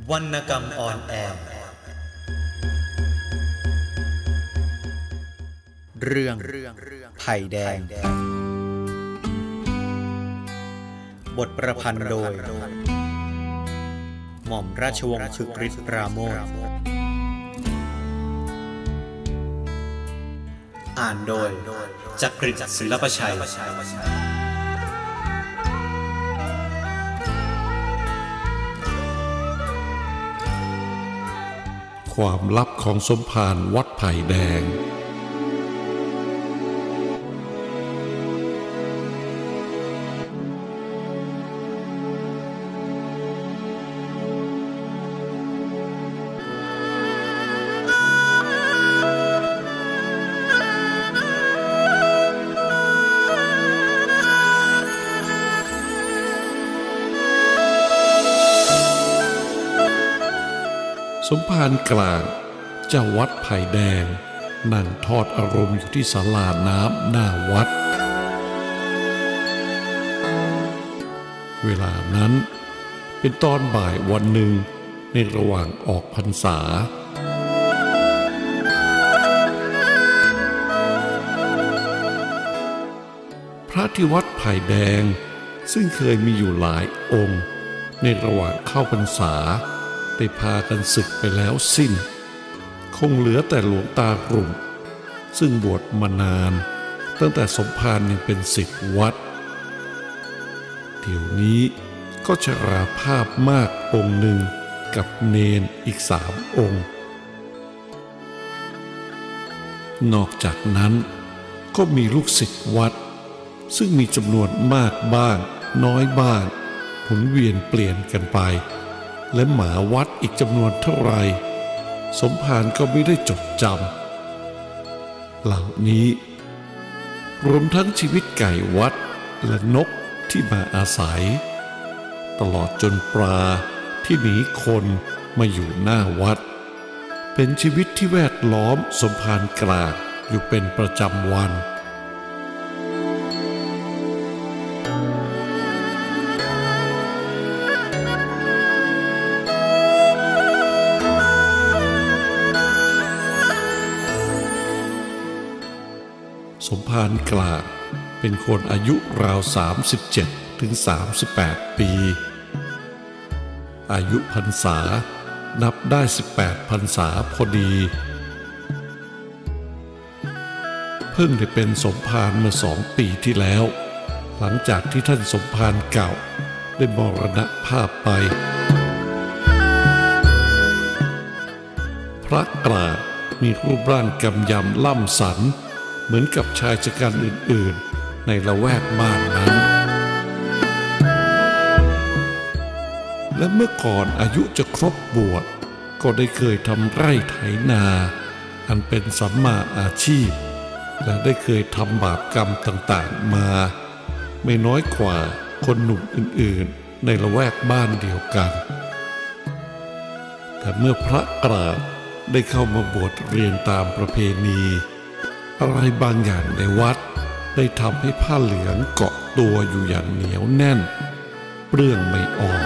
วรรณกรรมออนแอร์เรื่องไผ่แดงบทประพันธ์โดยหม่อมราชวงศ์คึกฤทธิ์ปราโมชอ่านโดยจักริดศิลปชัยความลับของสมภารวัดไผ่แดงสมภารกลางเจ้าวัดไผ่แดงนั่งทอดอารมณ์อยู่ที่ศาลาน้ำหน้าวัดเวลานั้นเป็นตอนบ่ายวันหนึ่งในระหว่างออกพรรษาพระที่วัดไผ่แดงซึ่งเคยมีอยู่หลายองค์ในระหว่างเข้าพรรษาได้พากันศึกไปแล้วสิ้นคงเหลือแต่หลวงตากลุ่มซึ่งบวชมานานตั้งแต่สมภารยังเป็นศิษย์วัดเดี๋ยวนี้ก็ชราภาพมากองค์หนึ่งกับเนนอีก3 องค์นอกจากนั้นก็มีลูกศิษย์วัดซึ่งมีจำนวนมากบ้างน้อยบ้างหมุนเวียนเปลี่ยนกันไปและหมาวัดอีกจำนวนเท่าไรสมภารก็ไม่ได้จดจำเหล่านี้รวมทั้งชีวิตไก่วัดและนกที่มาอาศัยตลอดจนปลาที่หนีคนมาอยู่หน้าวัดเป็นชีวิตที่แวดล้อมสมภารกลางอยู่เป็นประจำวันสมภารกลางเป็นคนอายุราว37 ถึง 38 ปีอายุพรรษานับได้18 พรรษาพอดีเพิ่งได้เป็นสมภารเมื่อ2 ปีที่แล้วหลังจากที่ท่านสมภารเก่าได้มรณภาพไปพระกลางมีรูปร่างกำยำล่ำสันเหมือนกับชายชะกันอื่นๆในละแวกบ้านนั้นและเมื่อก่อนอายุจะครบบวชก็ได้เคยทำไร่ไถนาอันเป็นสัมมาอาชีพและได้เคยทำบาปกรรมต่างๆมาไม่น้อยกว่าคนหนุ่มอื่นๆในละแวกบ้านเดียวกันแต่เมื่อพระกลางได้เข้ามาบวชเรียนตามประเพณีอะไรบางอย่างในวัดได้ทำให้ผ้าเหลืองเกาะตัวอยู่อย่างเหนียวแน่นเปลื้องไม่ออก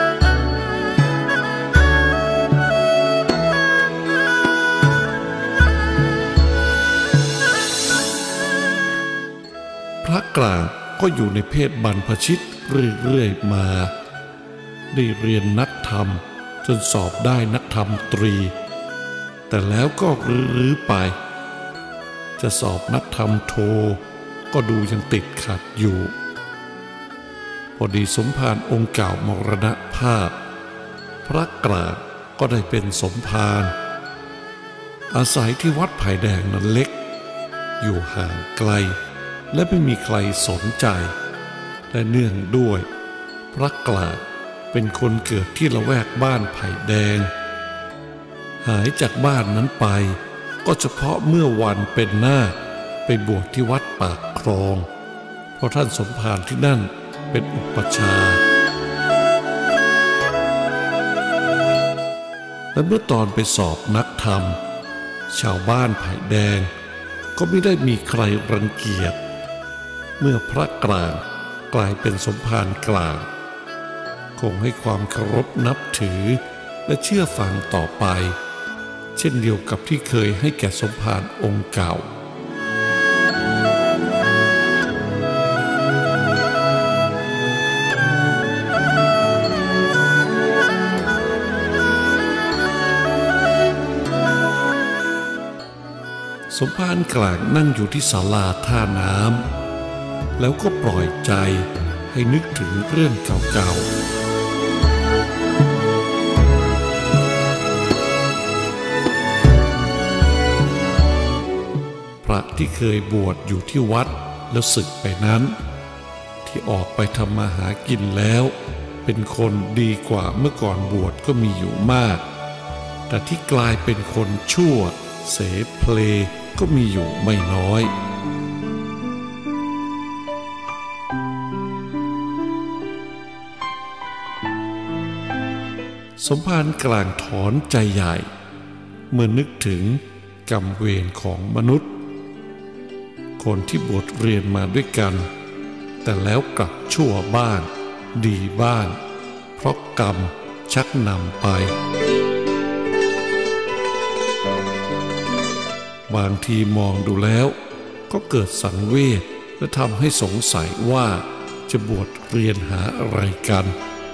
พระกลางก็อยู่ในเพศบรรพชิตเรื่อยๆมาได้เรียนนักธรรมจนสอบได้นักธรรมตรีแต่แล้วก็รื้อไปจะสอบนักธรรมโทก็ดูยังติดขัดอยู่พอดีสมภารองค์เก่ามรณภาพพระกลางก็ได้เป็นสมภารอาศัยที่วัดไผ่แดงนั้นเล็กอยู่ห่างไกลและไม่มีใครสนใจและเนื่องด้วยพระกลางเป็นคนเกิดที่ละแวกบ้านไผ่แดงหายจากบ้านนั้นไปก็เฉพาะเมื่อวันเป็นหน้าไปบวชที่วัดปากคลองเพราะท่านสมภารที่นั่นเป็นอุปชาและเมื่อตอนไปสอบนักธรรมชาวบ้านไผ่แดงก็ไม่ได้มีใครรังเกียจเมื่อพระกลางกลายเป็นสมภารกลางคงให้ความเคารพนับถือและเชื่อฟังต่อไปเช่นเดียวกับที่เคยให้แก่สมภารองค์เก่าสมภารกลางนั่งอยู่ที่ศาลาท่าน้ำแล้วก็ปล่อยใจให้นึกถึงเรื่องเก่าๆพระที่เคยบวชอยู่ที่วัดแล้วสึกไปนั้นที่ออกไปทำมาหากินแล้วเป็นคนดีกว่าเมื่อก่อนบวชก็มีอยู่มากแต่ที่กลายเป็นคนชั่วเสเพลก็มีอยู่ไม่น้อยสมภารกลางถอนใจใหญ่เมื่อนึกถึงกรรมเวรของมนุษย์คนที่บวชเรียนมาด้วยกันแต่แล้วกลับชั่วบ้างดีบ้างเพราะกรรมชักนำไปบางทีมองดูแล้วก็เกิดสังเวชและทำให้สงสัยว่าจะบวชเรียนหาอะไรกัน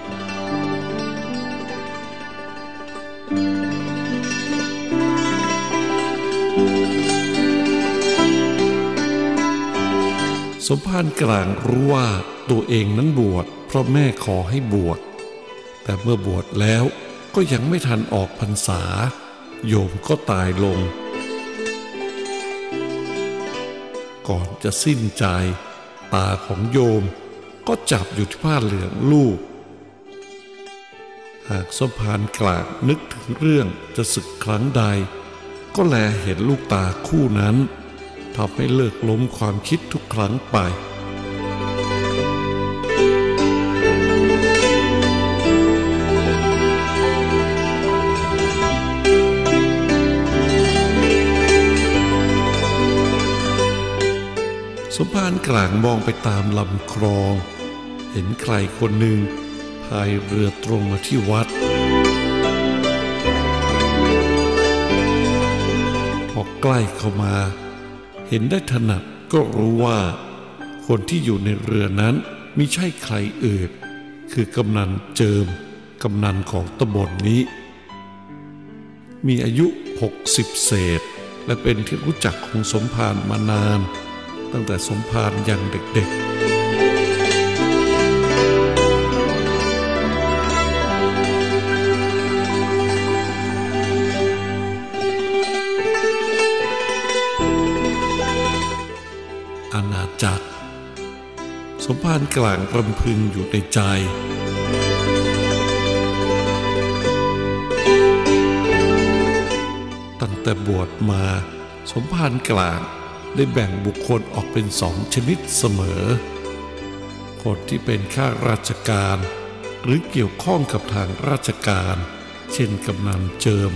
สมภารกลางรู้ว่าตัวเองนั้นบวชเพราะแม่ขอให้บวชแต่เมื่อบวชแล้วก็ยังไม่ทันออกพรรษาโยมก็ตายลงก่อนจะสิ้นใจตาของโยมก็จับอยู่ที่ผ้าเหลืองลูกหากสมภารกลางนึกถึงเรื่องจะสึกครั้งใดก็แลเห็นลูกตาคู่นั้นทำให้เลิกล้มความคิดทุกครั้งไปสมภารกลางมองไปตามลำคลองเห็นใครคนหนึ่งพายเรือตรงมาที่วัดพอใกล้เข้ามาเห็นได้ถนัดก็รู้ว่าคนที่อยู่ในเรือนั้นมิใช่ใครอื่นคือกำนันเจิมกำนันของตำบลนี้มีอายุ60เศษและเป็นที่รู้จักของสมภารมานานตั้งแต่สมภารยังเด็กๆอาณาจักรสมภารกลางรำพึงอยู่ในใจตั้งแต่บวชมาสมภารกลางได้แบ่งบุคคลออกเป็น2ชนิดเสมอคนที่เป็นข้าราชการหรือเกี่ยวข้องกับทางราชการเช่นกำนันเจิม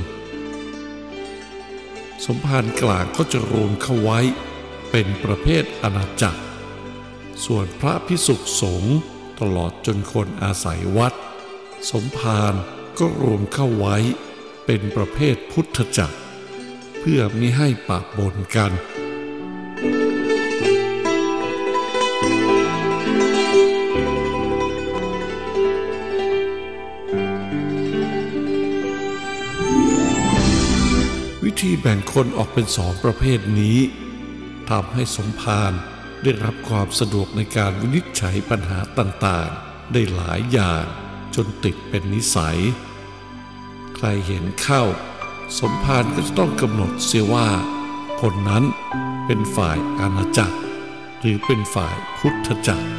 สมภารกลางก็จะรวมเข้าไว้เป็นประเภทอาณาจักรส่วนพระภิกษุสงฆ์ตลอดจนคนอาศัยวัดสมภารก็รวมเข้าไว้เป็นประเภทพุทธจักรเพื่อมิให้ปะปนกันวิธีแบ่งคนออกเป็น2ประเภทนี้ทำให้สมภารได้รับความสะดวกในการวินิจฉัยปัญหาต่างๆได้หลายอย่างจนติดเป็นนิสัยใครเห็นเข้าสมภารก็จะต้องกำหนดเสียว่าคนนั้นเป็นฝ่ายอาณาจักรหรือเป็นฝ่ายพุทธจักร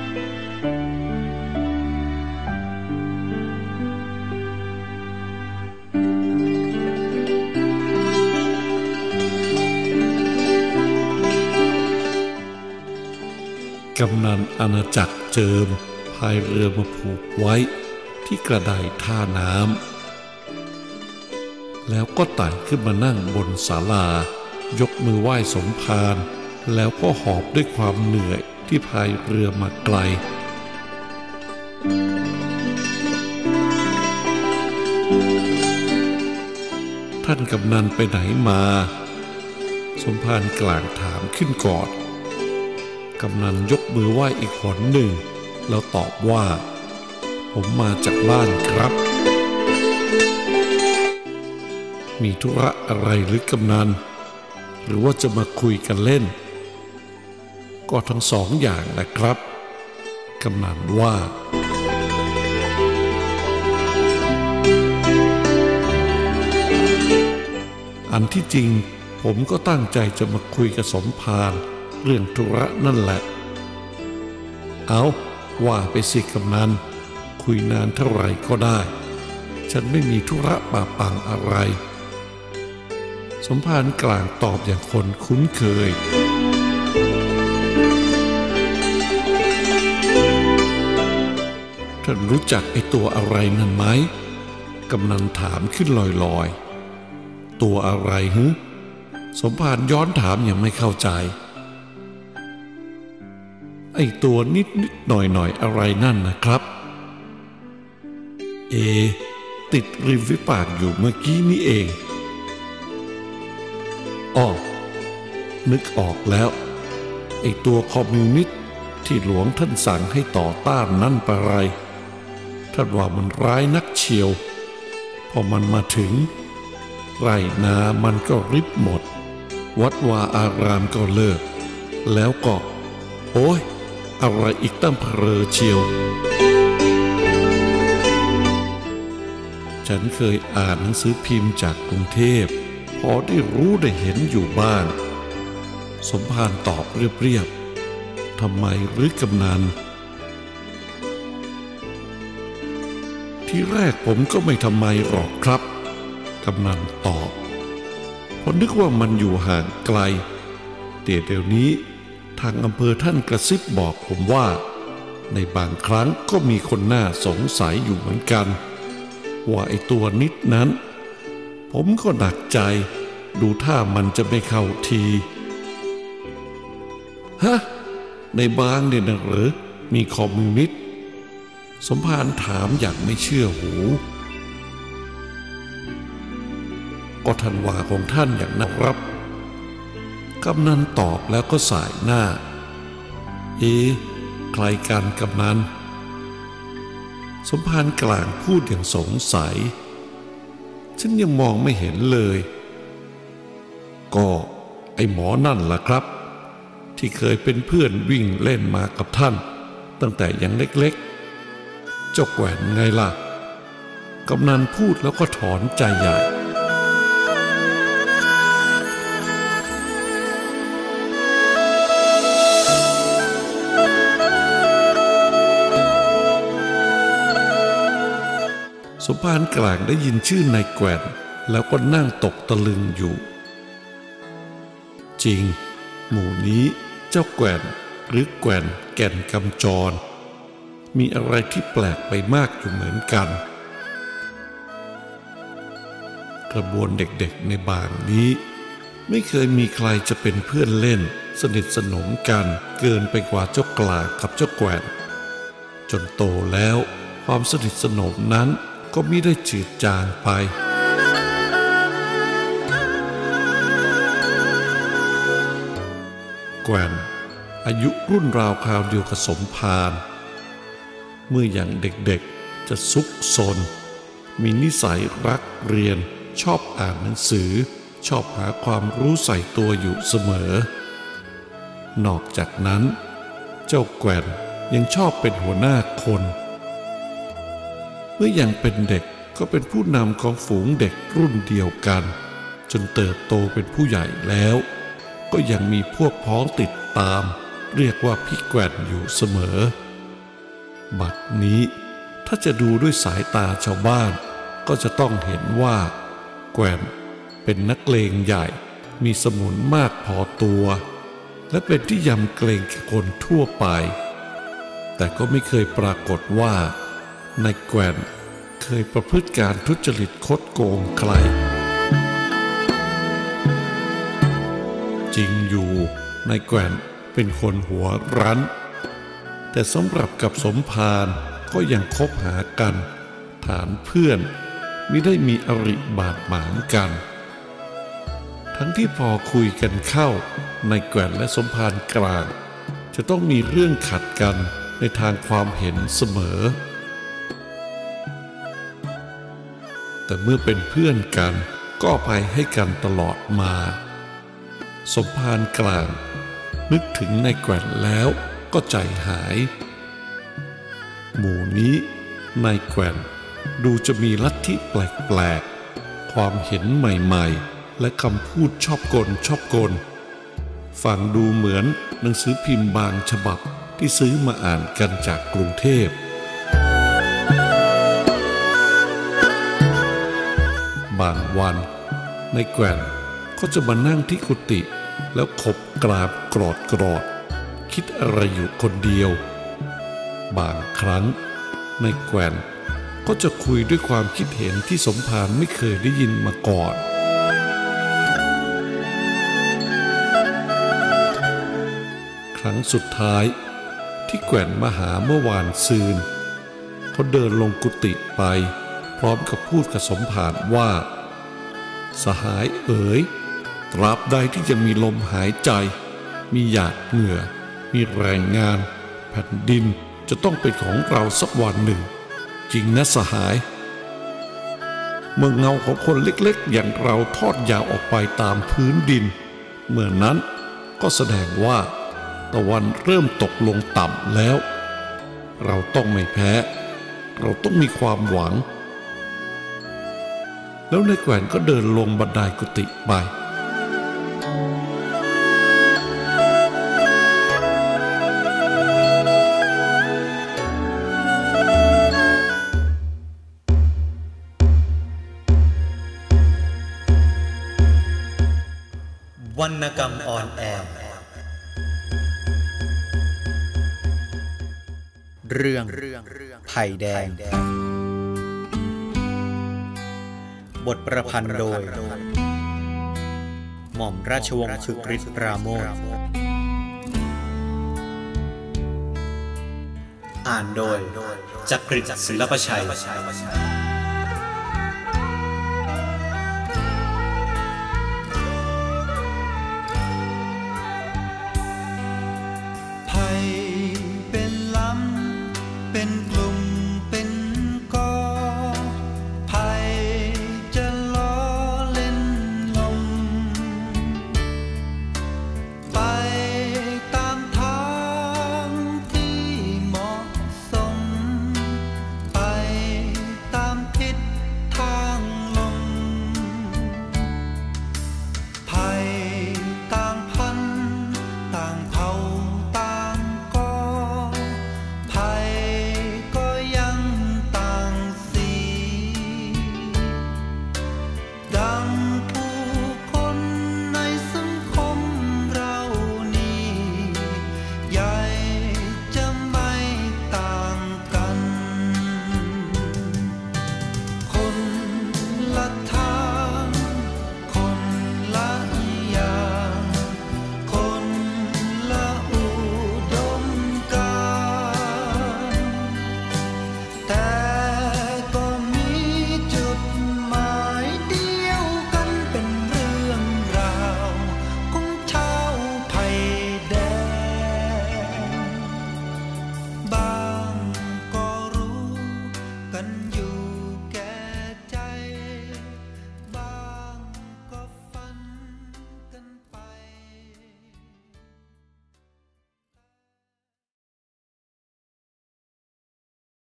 กำนันอาณาจักรเจิมพายเรือมาผูกไว้ที่กระไดท่าน้ำแล้วก็ไต่ขึ้นมานั่งบนศาลายกมือไหว้สมภารแล้วก็หอบด้วยความเหนื่อยที่พายเรือมาไกลานกำนันไปไหนมาสมภารกลางถามขึ้นก่อนกำนันยกมือไหว้อีกหนหนึ่งแล้วตอบว่าผมมาจากบ้านครับมีธุระอะไรหรือกำนันหรือว่าจะมาคุยกันเล่นก็ทั้งสองอย่างแหละครับกำนันว่าอันที่จริงผมก็ตั้งใจจะมาคุยกับสมภารเรื่องธุระนั่นแหละเอาว่าไปสิกำนันคุยนานเท่าไหร่ก็ได้ฉันไม่มีธุระป่าปังอะไรสมภารกลางตอบอย่างคนคุ้นเคยท่านรู้จักไอ้ตัวอะไรนั่นไหมกำนันถามขึ้นลอยๆตัวอะไรฮึสมภารย้อนถามอย่างไม่เข้าใจไอ้ตัวนิดหน่อยอะไรนั่นนะครับติดริมฝีปากอยู่เมื่อกี้นี่เองอ้อนึกออกแล้วไอ้ตัวคอมมิวนิสต์ที่หลวงท่านสั่งให้ต่อต้านนั่นปะไรท่านว่ามันร้ายนักเชียวพอมันมาถึงไร่นามันก็ริบหมดวัดวาอารามก็เลิกแล้วก็โอ้ยอะไรอีกตั้งเพลอเชียวฉันเคยอ่านหนังสือพิมพ์จากกรุงเทพพอได้รู้ได้เห็นอยู่บ้างสมภารตอบเรียบๆทำไมหรือกำนันที่แรกผมก็ไม่ทำไมหรอกครับกำนันตอบเพราะนึกว่ามันอยู่ห่างไกลแต่เดี๋ยวนี้ทางอำเภอท่านกระซิบบอกผมว่าในบางครั้งก็มีคนน่าสงสัยอยู่เหมือนกันว่าไอ้ตัวนิดนั้นผมก็หนักใจดูท่ามันจะไม่เข้าทีฮะในบางเนี่ยนะหรือมีคอมมิวนิสต์สมภารถามอย่างไม่เชื่อหูก็ท่านว่าของท่านอย่างนั้นครับกำนันตอบแล้วก็สายหน้าใครกันกำนันสมภารกลางพูดอย่างสงสัยฉันยังมองไม่เห็นเลยก็ไอ้หมอนั่นล่ะครับที่เคยเป็นเพื่อนวิ่งเล่นมากับท่านตั้งแต่ยังเล็กๆเจ้าแกว่นไงล่ะกำนันพูดแล้วก็ถอนใจใหญ่สมภารกลางได้ยินชื่อนายแกว่นแล้วก็นั่งตกตะลึงอยู่จริงหมู่นี้เจ้าแกว่นหรือแกว่นแก่นกำจรมีอะไรที่แปลกไปมากอยู่เหมือนกันกระบวนเด็กๆในบ้านนี้ไม่เคยมีใครจะเป็นเพื่อนเล่นสนิทสนมกันเกินไปกว่าเจ้ากลางกับเจ้าแกว่นจนโตแล้วความสนิทสนมนั้นก็มิได้จืดจางไปแกว่นอายุรุ่นราวคราวเดียวกับสมภารเมื่ออย่างเด็กๆจะซุกซนมีนิสัยรักเรียนชอบอ่านหนังสือชอบหาความรู้ใส่ตัวอยู่เสมอนอกจากนั้นเจ้าแกว่นยังชอบเป็นหัวหน้าคนเมื่อยังเป็นเด็กก็เป็นผู้นำของฝูงเด็กรุ่นเดียวกันจนเติบโตเป็นผู้ใหญ่แล้วก็ยังมีพวกพ้องติดตามเรียกว่าพี่แกว่นอยู่เสมอบัดนี้ถ้าจะดูด้วยสายตาชาวบ้านก็จะต้องเห็นว่าแกว่นเป็นนักเลงใหญ่มีสมุนมากพอตัวและเป็นที่ยำเกรงแก่คนทั่วไปแต่ก็ไม่เคยปรากฏว่านายแกว่นเคยประพฤติการทุจริตคดโกงใครจริงอยู่นายแกว่นเป็นคนหัวรั้นแต่สำหรับกับสมภารก็ยังคบหากันฐานเพื่อนมิได้มีอริบาดหมางกันทั้งที่พอคุยกันเข้าในแก่นและสมภารกลางจะต้องมีเรื่องขัดกันในทางความเห็นเสมอแต่เมื่อเป็นเพื่อนกันก็อภัยให้กันตลอดมาสมภารกลางนึกถึงนายแก่นแล้วก็ใจหายหมู่นี้นายแก่นดูจะมีลัทธิแปลกๆความเห็นใหม่ๆและคำพูดชอบกลฟังดูเหมือนหนังสือพิมพ์บางฉบับที่ซื้อมาอ่านกันจากกรุงเทพบางวันนายแก่นก็จะมานั่งที่กุฏิแล้วขบกราบกรอดคิดอะไรอยู่คนเดียวบางครั้งนายแก่นก็จะคุยด้วยความคิดเห็นที่สมภารไม่เคยได้ยินมาก่อนครั้งสุดท้ายที่แก่นมาหาเมื่อวานซืนเขาเดินลงกุฏิไปพร้อมกับพูดกับสมภารว่าสหายเอ๋ยตราบใดที่จะมีลมหายใจมีหยาดเหงื่อมีแรงงานแผ่นดินจะต้องเป็นของเราสักวันหนึ่งจริงนะสหายเมื่อเงาของคนเล็กๆอย่างเราทอดยาวออกไปตามพื้นดินเมื่อนั้นก็แสดงว่าตะวันเริ่มตกลงต่ำแล้วเราต้องไม่แพ้เราต้องมีความหวังแล้วนายแก่นก็เดินลงบันไดกุฏิไปวรรณกรรมออนแอร์เรื่องไผ่แดงบทประพันธ์โดยหม่อมราชวงศ์คึกฤทธิ์ปราโมชอ่านโดยจักริดศิลปชัย